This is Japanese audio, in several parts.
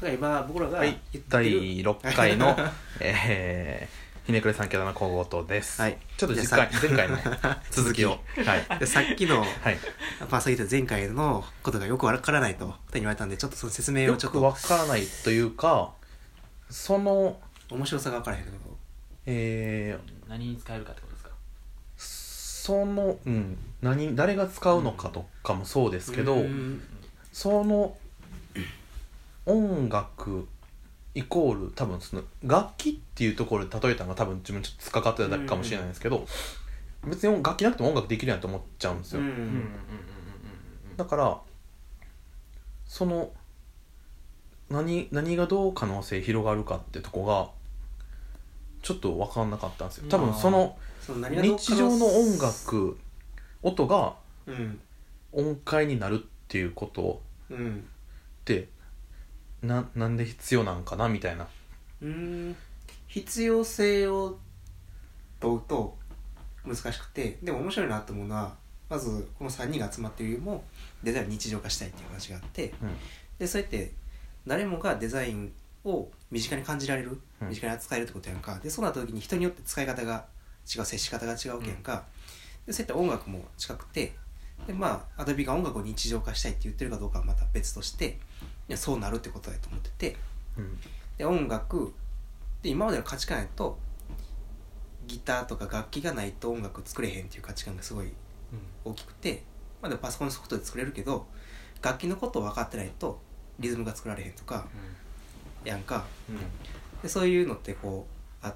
から今僕らがはい言ってる、 第6回のひねくれ三キャラの小言です、 はい、 ちょっと前回の続きをはい、 でさっきの、 はい、 パーサーギータ前回のことがよくわからないと言われたんで、ちょっとその説明をちょっとよくわからないというか、その面白さがわからへんってこと。 何に使えるかってことですか。 その、誰が使うのかとかもそうですけど、その音楽イコール多分その楽器っていうところで例えたのが多分自分ちょっと突っかかってただけかもしれないんですけど、別に楽器なくても音楽できるやんと思っちゃうんですよ。だからその何がどう可能性広がるかってとこがちょっと分かんなかったんですよ。多分その日常の音楽音が音階になるっていうことってなんで必要なんかなみたいな。 必要性を問うと難しくて、でも面白いなと思うのは、まずこの3人が集まっているよりもデザインを日常化したいっていう話があって、でそうやって誰もがデザインを身近に感じられる、身近に扱えるってことやんか。でそうなった時に人によって使い方が違う、接し方が違うわけやんか。でそういった音楽も近くて、でアドビが音楽を日常化したいって言ってるかどうかはまた別として、いやそうなるってことだと思ってて、で音楽で今までの価値観やとギターとか楽器がないと音楽作れへんっていう価値観がすごい大きくて、でもパソコンのソフトで作れるけど楽器のことを分かってないとリズムが作られへんとか、やんか、でそういうのってこうあって、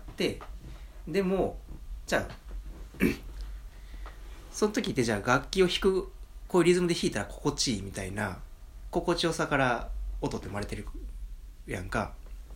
でもじゃあその時ってじゃあ楽器を弾く、こういうリズムで弾いたら心地いいみたいな心地よさから音って生まれてるやんか。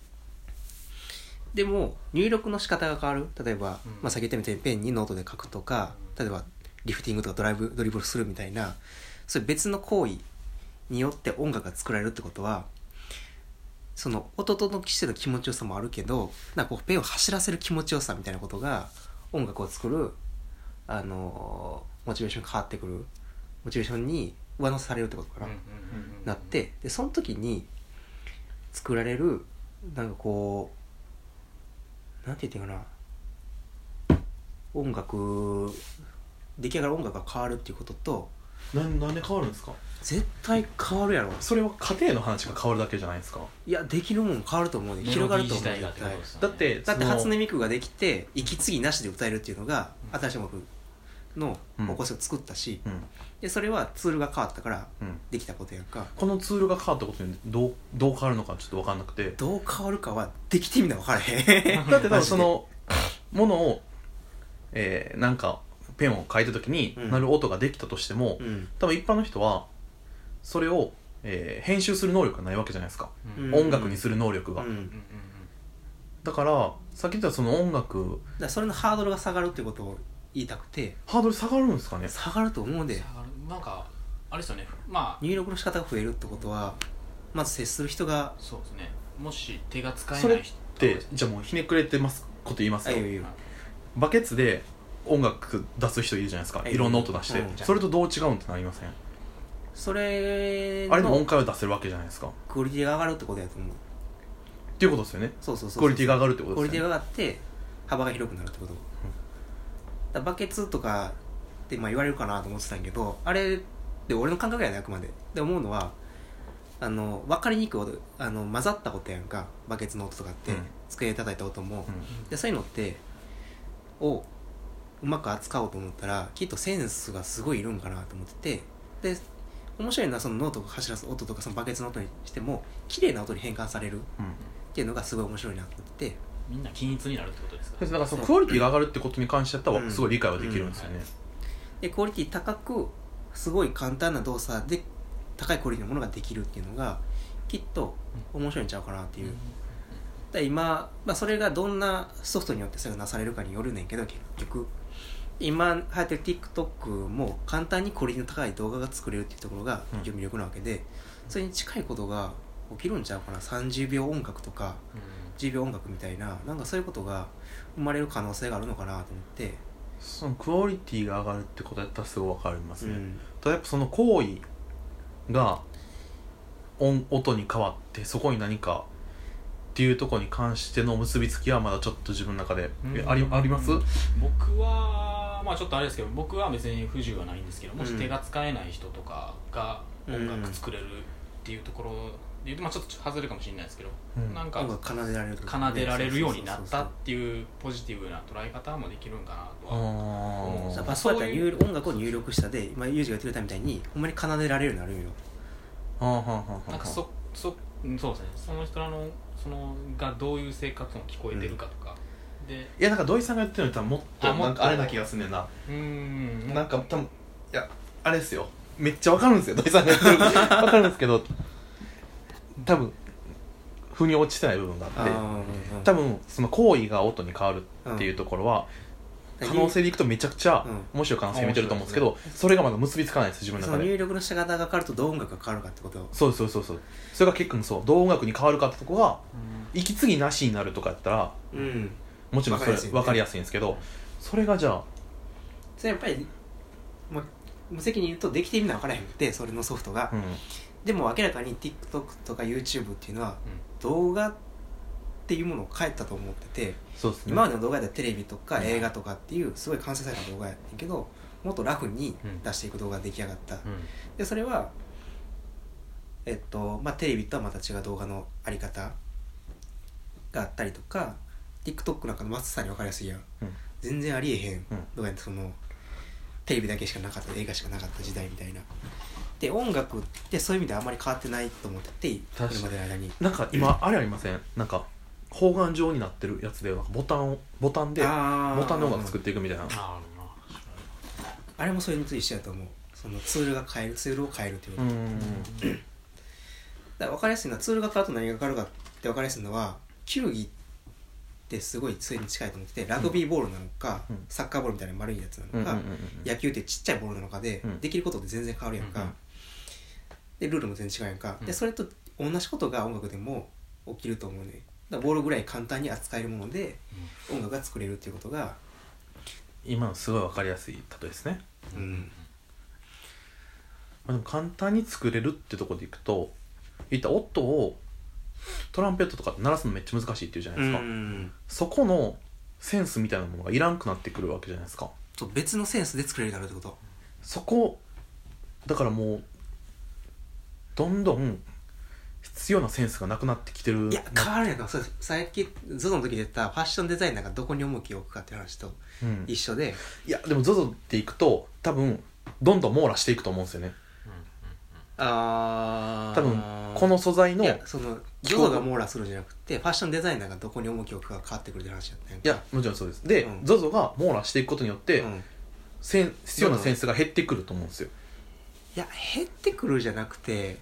でも入力の仕方が変わる。例えば、さっき言ったみたいにペンにノートで書くとか、例えばリフティングとかドリブルするみたいな、そういう別の行為によって音楽が作られるってことは、その音とのしての気持ちよさもあるけど、なんかこうペンを走らせる気持ちよさみたいなことが音楽を作るモチベーションが変わってくる、モチベーションに上乗せされるってことかな、なって、でその時に作られるなんかこうなんて言っていいかな、音楽出来上がる音楽が変わるっていうことと、 なんで変わるんですか。 絶対変わるやろ。 それは家庭の話が変わるだけじゃないですか。 いやできるもん変わると思うね。広がると思う。だって初音ミクができて息継ぎなしで歌えるっていうのが新しい音楽の方向性を作ったし、でそれはツールが変わったからできたことやんか。 このツールが変わったことにどう変わるのかちょっと分かんなくて、 どう変わるかはできてみな分からへんだって多分そのものを、なんかペンを書いた時に鳴る音ができたとしても、多分一般の人はそれを、編集する能力がないわけじゃないですか、音楽にする能力が、だからさっき言ったその音楽だそれのハードルが下がるってことを言いたくて。 ハードル下がるんですかね。 下がると思うんで、 なんかあれですよね、 入力の仕方が増えるってことは、まず接する人が、 そうですね、もし手が使えそれっない人てじゃあもうひねくれてますこと言いますよ。バケツで音楽出す人いるじゃないですか、いろんな音出して、それとどう違うんってなりません。 それあれでも音階を出せるわけじゃないですか。 クオリティが上がるってことやと思う。 っていうことですよね。 そうクオリティが上がるってことですよね。 クオリティが上がって幅が広くなるってこと、だバケツとかって言われるかなと思ってたんやけど、あれで俺の感覚やね、あくまでで思うのは、分かりにくい音、混ざった音やんか、バケツの音とかって、机で叩いた音も、でそういうのってをうまく扱おうと思ったらきっとセンスがすごいいるんかなと思ってて、で面白いのはそのノートを走らす音とかそのバケツの音にしても綺麗な音に変換されるっていうのがすごい面白いなと思ってて、 みんな均一になるってことですか。 だからそのクオリティが上がるってことに関してだったらすごい理解はできるんですよね。 でクオリティ高くすごい簡単な動作で高いクオリティのものができるっていうのがきっと面白いんちゃうかなっていう、だ今、それがどんなソフトによってそれがなされるかによるねんけど、結局今流行ってる TikTok も簡単にクオリティの高い動画が作れるっていうところが魅力なわけで、それに近いことが起きるんちゃうかな。30秒音楽とか10秒音楽みたいな、なんかそういうことが生まれる可能性があるのかなと思って。 そのクオリティが上がるってことやったらすごい分かりますね、ただやっぱその行為が音に変わってそこに何かっていうところに関しての結びつきはまだちょっと自分の中であります？ 僕はまあちょっとあれですけど、僕は別に不自由はないんですけど、もし手が使えない人とかが音楽作れるっていうところでいうと、まあちょっと外れかもしれないですけど、なんか奏でられるようになったっていうポジティブな捉え方もできるんかなとは思う。 パスワード音楽を入力したで、今ユージが言ってくれたみたいにほんまに奏でられるようになるんよ。 なんかそうですね、その人らのがどういう生活も聞こえてるかとか、でいやなんか土井さんが言ってるのとはもっとなんかあれな気がすんねんな。なんか多分いやあれですよ、めっちゃわかるんですよ土井さんが言ってるわかるんですけど、多分腑に落ちてない部分があって、多分その行為が音に変わるっていうところは、可能性でいくとめちゃくちゃ面白い可能性見てると思うんですけど、それがまだ結びつかないです自分の中で。 その入力の仕方が変わるとどう音楽が変わるかってことを。 そうそれが結構そうどう音楽に変わるかってとこが息継ぎなしになるとかやったら、もちろんそれ分かりやすいんですけど、それがじゃあそれやっぱり無責任に言うとできてるのは分からへんくて、それのソフトが、でも明らかに TikTok とか YouTube っていうのは動画っていうものを変えたと思ってて、 そうですね、 今までの動画ではテレビとか映画とかっていうすごい完成された動画やねんけど、もっとラフに出していく動画が出来上がった、でそれはテレビとはまた違う動画のあり方があったりとか、 TikTok なんかのまさに分かりやすいやん、全然ありえへん動画や、そのテレビだけしかなかった映画しかなかった時代みたいな。で音楽ってそういう意味ではあんまり変わってないと思ってて、これまでの間になんか今あれありません、なんか方眼状になってるやつでなんかボタンで音楽作っていくみたいな。 あれもそれについてやと思う。そのツールを変えるっていうこと。だから分かりやすいのは、ツールが変わると何が変わるかって分かりやすいのは、球技ってすごいそれに近いと思ってて、ラグビーボールなのか、サッカーボールみたいな丸いやつなのか、野球ってちっちゃいボールなのかで、できることって全然変わるやんか、でルールも全然違うやんか、でそれと同じことが音楽でも起きると思うね。だからボールぐらい簡単に扱えるもので音楽が作れるっていうことが、 今のすごい分かりやすい例えですね。でも簡単に作れるってところでいくと、いった音をトランペットとかって鳴らすのめっちゃ難しいっていうじゃないですか、そこのセンスみたいなものがいらんくなってくるわけじゃないですか。 別のセンスで作れるようになるってこと。 そこだからもうどんどん必要なセンスがなくなってきてる。 いや変わるやんか。それさっき ZOZO の時で言ったファッションデザイナーがどこに重きを置くかっていう話と一緒で、 いやでも ZOZO っていくと多分どんどん網羅していくと思うんですよね。多分この素材の、いやその ZOZO が網羅するんじゃなくて、ファッションデザイナーがどこに重きを置くかが変わってくるって話だったやんか。 いやもちろんそうです。で、ZOZO が網羅していくことによって、必要なセンスが減ってくると思うんですよ。 いや減ってくるじゃなくて、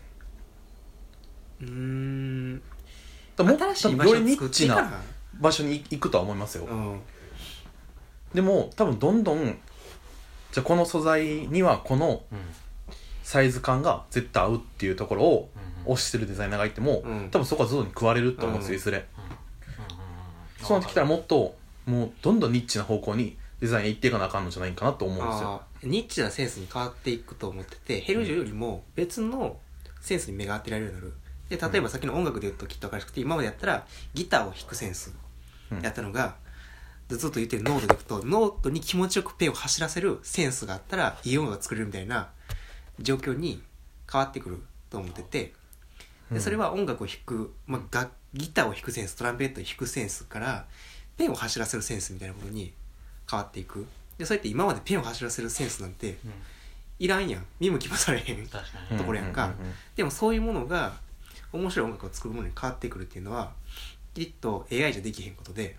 新しい場所をよりニッチな場所に行くとは思いますよ、でも多分どんどんじゃあこの素材にはこのサイズ感が絶対合うっていうところを推してるデザイナーがいても、多分そこは ZOZO に食われると思うんですよ、いずれ。そうなってきたらもうどんどんニッチな方向にデザインへ行っていかなあかんのじゃないかなと思うんですよ。 ニッチなセンスに変わっていくと思ってて、ヘルジョよりも別のセンスに目が当てられるようになる。で例えばさっきの音楽で言うときっと分かりやすくて、今までやったらギターを弾くセンスやったのが、ずっと言ってるノートでいくと、ノートに気持ちよくペンを走らせるセンスがあったらいい音楽が作れるみたいな状況に変わってくると思ってて、でそれは音楽を弾く、ギターを弾くセンス、トランペットを弾くセンスからペンを走らせるセンスみたいなものに変わっていく。でそれって今までペンを走らせるセンスなんていらんやん、見向きもされへんところやんか。でもそういうものが面白い音楽を作るものに変わってくるっていうのはきっと AI じゃできへんことで、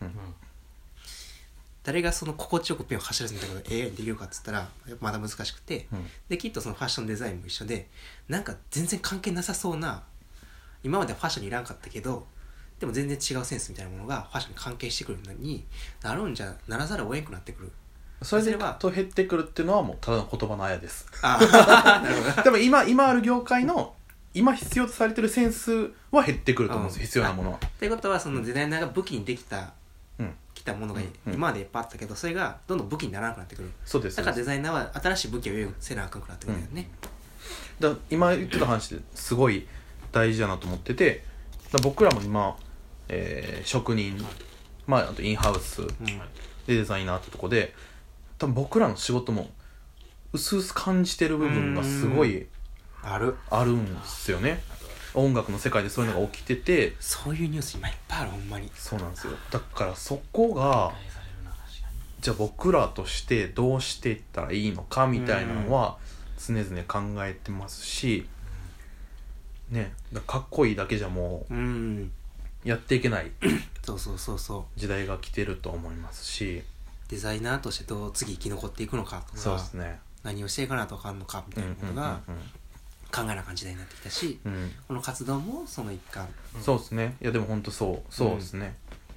誰がその心地よくペンを走らせるみたいなことが AI にできるかっつったらまだ難しくて、できっとそのファッションデザインも一緒で、なんか全然関係なさそうな、今まではファッションにいらんかったけどでも全然違うセンスみたいなものがファッションに関係してくるのにならざるを得んくなってくる。 それでと減ってくるっていうのはもうただの言葉のあやです。 なるほど。 でも今ある業界の今必要とされてるセンスは減ってくると思うんですよ、必要なものは。 ということはそのデザイナーが武器にできたものが今までいっぱいあったけど、それがどんどん武器にならなくなってくる。 そうです。 だからデザイナーは新しい武器を用意せなあかんくなってくるんだよね。 だ今言ってた話ですごい大事だなと思ってて、僕らも今、職人、まあ、あとインハウスでデザイナーってとこで多分僕らの仕事も薄々感じてる部分がすごいあるんですよね。音楽の世界でそういうのが起きてて、 そういうニュース今いっぱいあるほんまに。 そうなんですよ。だからそこがじゃあ僕らとしてどうしていったらいいのかみたいなのは常々考えてますし、ね、かっこいいだけじゃもうやっていけないそう時代が来てると思いますし、 デザイナーとしてどう次生き残っていくのかとか、 そうですね、 何をしていかなとあかんのかみたいなことが考えな感じになってきたし、この活動もその一環。 そうですね。いやでも本当そうですね、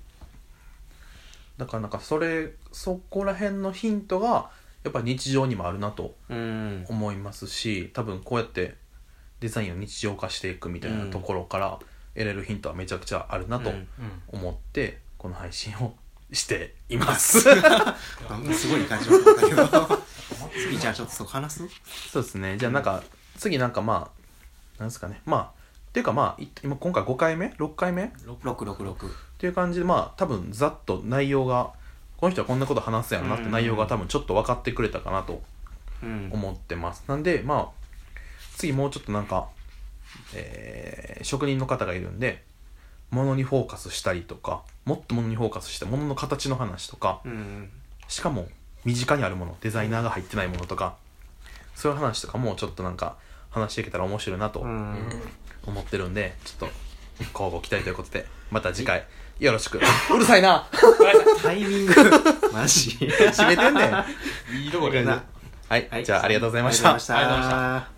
だからなんかそこら辺のヒントがやっぱ日常にもあるなと思いますし、多分こうやってデザインを日常化していくみたいなところから得れるヒントはめちゃくちゃあるなと思ってこの配信をしていますすごい感じだったけど次じゃあちょっとそう話す？ そうですね。じゃあなんか次なんかまあなんですかね、まあっていうかまあ今回5回目6回目 6 っていう感じで、まあ多分ざっと内容がこの人はこんなこと話すやろなって内容が多分ちょっと分かってくれたかなと思ってます。なんでまあ次もうちょっとなんか、職人の方がいるんで物にフォーカスしたりとか、もっと物にフォーカスして物の形の話とか、しかも身近にあるもの、デザイナーが入ってないものとか、そういう話とかもちょっとなんか話していけたら面白いなと思ってるんで、ちょっと交互期待ということでまた次回よろしく。うるさいなタイミングマジ閉めてんねん。 いいところではい、じゃあありがとうございました。 ありがとうございました。